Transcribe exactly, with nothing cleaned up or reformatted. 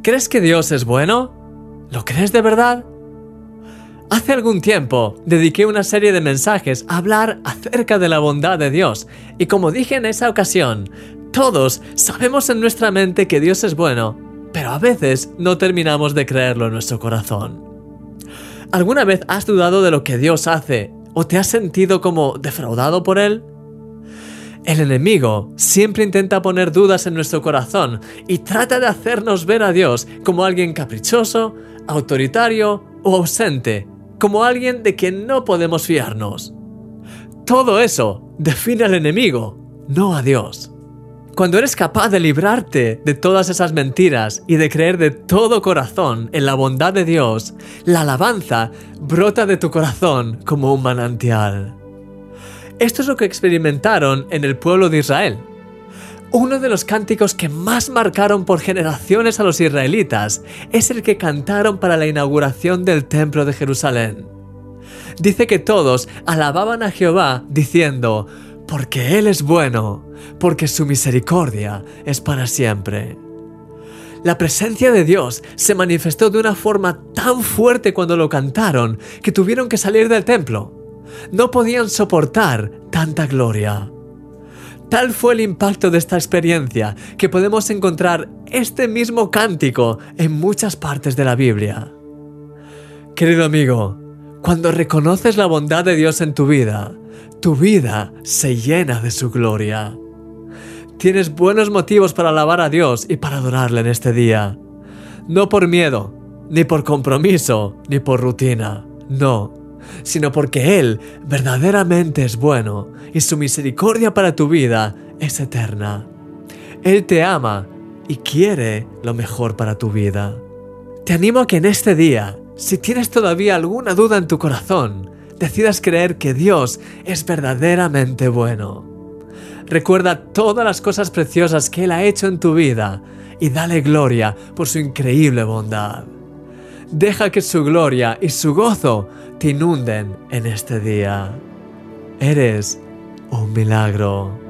¿Crees que Dios es bueno? ¿Lo crees de verdad? Hace algún tiempo dediqué una serie de mensajes a hablar acerca de la bondad de Dios y como dije en esa ocasión, todos sabemos en nuestra mente que Dios es bueno, pero a veces no terminamos de creerlo en nuestro corazón. ¿Alguna vez has dudado de lo que Dios hace o te has sentido como defraudado por Él? El enemigo siempre intenta poner dudas en nuestro corazón y trata de hacernos ver a Dios como alguien caprichoso, autoritario o ausente, como alguien de quien no podemos fiarnos. Todo eso define al enemigo, no a Dios. Cuando eres capaz de librarte de todas esas mentiras y de creer de todo corazón en la bondad de Dios, la alabanza brota de tu corazón como un manantial. Esto es lo que experimentaron en el pueblo de Israel. Uno de los cánticos que más marcaron por generaciones a los israelitas es el que cantaron para la inauguración del templo de Jerusalén. Dice que todos alababan a Jehová diciendo, porque Él es bueno, porque su misericordia es para siempre. La presencia de Dios se manifestó de una forma tan fuerte cuando lo cantaron que tuvieron que salir del templo. No podían soportar tanta gloria. Tal fue el impacto de esta experiencia que podemos encontrar este mismo cántico en muchas partes de la Biblia. Querido amigo, cuando reconoces la bondad de Dios en tu vida, tu vida se llena de su gloria. Tienes buenos motivos para alabar a Dios y para adorarle en este día. No por miedo, ni por compromiso, ni por rutina, no, sino porque Él verdaderamente es bueno y su misericordia para tu vida es eterna. Él te ama y quiere lo mejor para tu vida. Te animo a que en este día, si tienes todavía alguna duda en tu corazón, decidas creer que Dios es verdaderamente bueno. Recuerda todas las cosas preciosas que Él ha hecho en tu vida y dale gloria por su increíble bondad. Deja que su gloria y su gozo te inunden en este día. Eres un milagro.